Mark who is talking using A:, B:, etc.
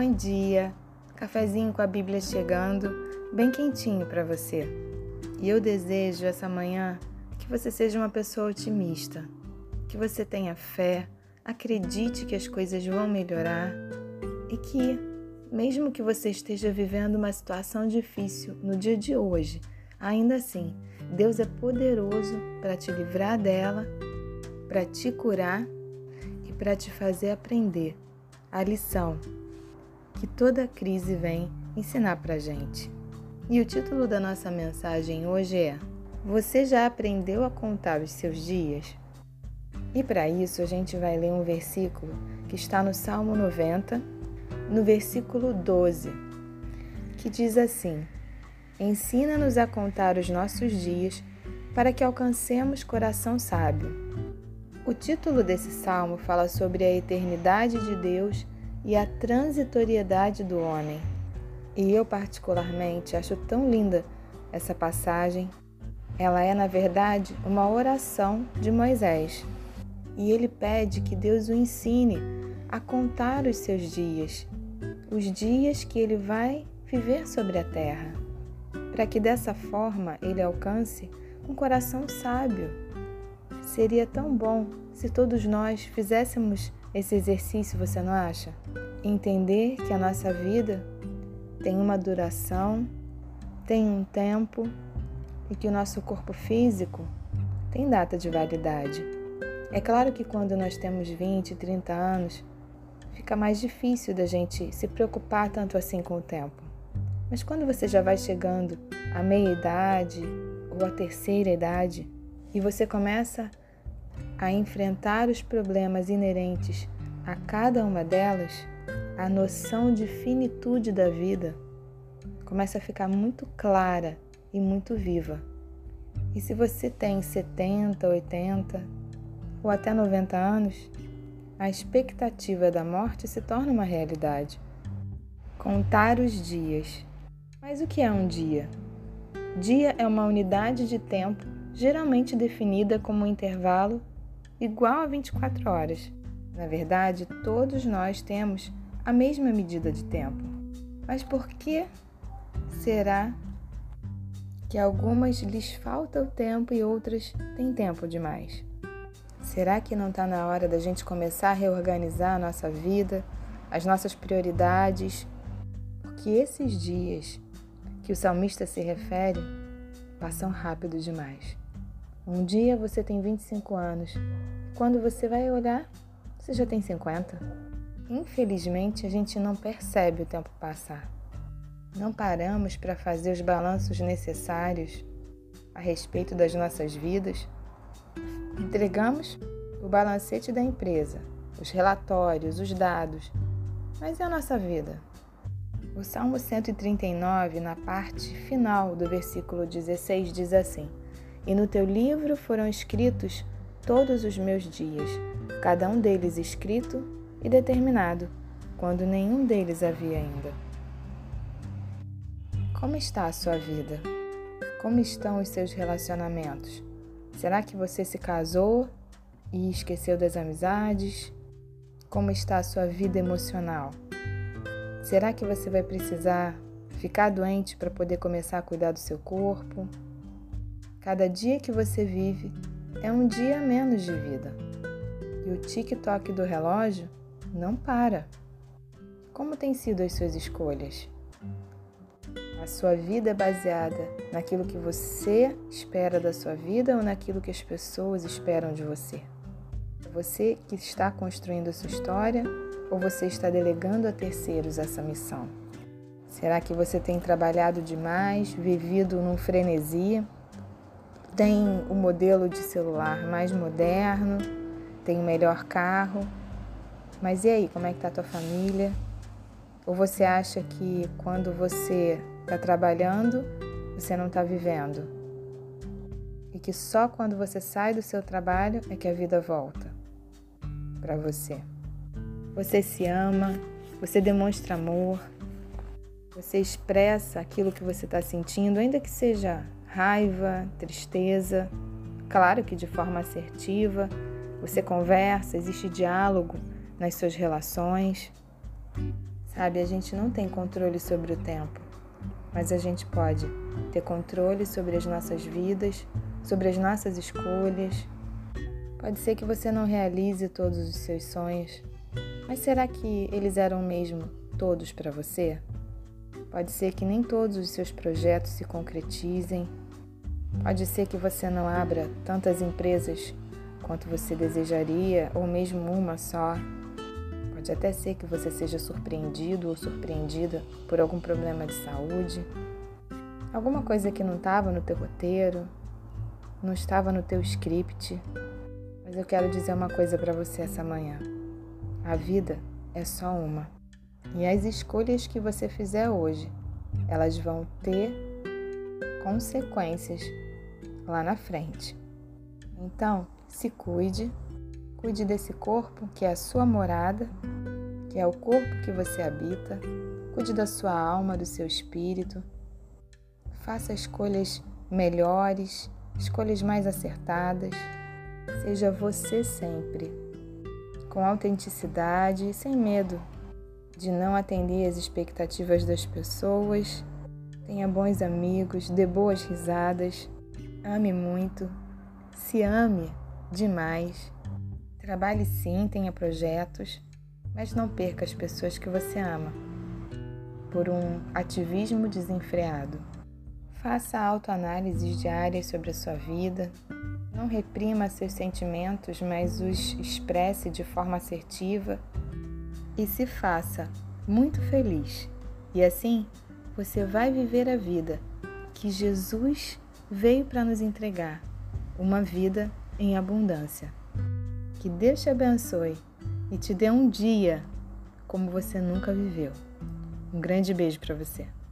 A: Bom dia! Cafezinho com a Bíblia chegando, bem quentinho para você. E eu desejo essa manhã que você seja uma pessoa otimista, que você tenha fé, acredite que as coisas vão melhorar e que, mesmo que você esteja vivendo uma situação difícil no dia de hoje, ainda assim, Deus é poderoso para te livrar dela, para te curar e para te fazer aprender a lição que toda crise vem ensinar para a gente. E o título da nossa mensagem hoje é: Você já aprendeu a contar os seus dias? E para isso a gente vai ler um versículo que está no Salmo 90, no versículo 12, que diz assim: Ensina-nos a contar os nossos dias para que alcancemos coração sábio. O título desse salmo fala sobre a eternidade de Deus e a transitoriedade do homem. E eu particularmente acho tão linda essa passagem. Ela é, na verdade, uma oração de Moisés. E ele pede que Deus o ensine a contar os seus dias, os dias que ele vai viver sobre a terra, para que dessa forma ele alcance um coração sábio. Seria tão bom se todos nós fizéssemos esse exercício, você não acha? Entender que a nossa vida tem uma duração, tem um tempo e que o nosso corpo físico tem data de validade. É claro que quando nós temos 20, 30 anos, fica mais difícil da gente se preocupar tanto assim com o tempo. Mas quando você já vai chegando à meia-idade ou à terceira idade e você começa a enfrentar os problemas inerentes a cada uma delas, a noção de finitude da vida começa a ficar muito clara e muito viva. E se você tem 70, 80 ou até 90 anos, a expectativa da morte se torna uma realidade. Contar os dias. Mas o que é um dia? Dia é uma unidade de tempo geralmente definida como um intervalo igual a 24 horas. Na verdade, todos nós temos a mesma medida de tempo. Mas por que será que algumas lhes falta o tempo e outras têm tempo demais? Será que não está na hora da gente começar a reorganizar a nossa vida, as nossas prioridades? Porque esses dias que o salmista se refere passam rápido demais. Um dia você tem 25 anos, quando você vai olhar, você já tem 50. Infelizmente, a gente não percebe o tempo passar. Não paramos para fazer os balanços necessários a respeito das nossas vidas. Entregamos o balancete da empresa, os relatórios, os dados, mas e a nossa vida? O Salmo 139, na parte final do versículo 16, diz assim: E no teu livro foram escritos todos os meus dias, cada um deles escrito e determinado, quando nenhum deles havia ainda. Como está a sua vida? Como estão os seus relacionamentos? Será que você se casou e esqueceu das amizades? Como está a sua vida emocional? Será que você vai precisar ficar doente para poder começar a cuidar do seu corpo? Cada dia que você vive é um dia a menos de vida. E o tic-toc do relógio não para. Como têm sido as suas escolhas? A sua vida é baseada naquilo que você espera da sua vida ou naquilo que as pessoas esperam de você? É você que está construindo a sua história ou você está delegando a terceiros essa missão? Será que você tem trabalhado demais, vivido num frenesi? Tem o modelo de celular mais moderno, tem o melhor carro, mas e aí, como é que está a tua família? Ou você acha que quando você está trabalhando, você não está vivendo? E que só quando você sai do seu trabalho é que a vida volta para você? Você se ama, você demonstra amor, você expressa aquilo que você está sentindo, ainda que seja raiva, tristeza, claro que de forma assertiva, você conversa, existe diálogo nas suas relações. Sabe, a gente não tem controle sobre o tempo, mas a gente pode ter controle sobre as nossas vidas, sobre as nossas escolhas. Pode ser que você não realize todos os seus sonhos, mas será que eles eram mesmo todos para você? Pode ser que nem todos os seus projetos se concretizem. Pode ser que você não abra tantas empresas quanto você desejaria, ou mesmo uma só. Pode até ser que você seja surpreendido ou surpreendida por algum problema de saúde, alguma coisa que não estava no teu roteiro, não estava no teu script. Mas eu quero dizer uma coisa para você essa manhã. A vida é só uma. E as escolhas que você fizer hoje, elas vão ter consequências lá na frente. Então, se cuide desse corpo que é a sua morada, que é o corpo que você habita, cuide da sua alma, do seu espírito, faça escolhas melhores, escolhas mais acertadas, seja você sempre, com autenticidade e sem medo de não atender às expectativas das pessoas. Tenha bons amigos, dê boas risadas, ame muito, se ame demais. Trabalhe sim, tenha projetos, mas não perca as pessoas que você ama por um ativismo desenfreado. Faça autoanálises diárias sobre a sua vida. Não reprima seus sentimentos, mas os expresse de forma assertiva e se faça muito feliz. E assim, você vai viver a vida que Jesus veio para nos entregar, uma vida em abundância. Que Deus te abençoe e te dê um dia como você nunca viveu. Um grande beijo para você.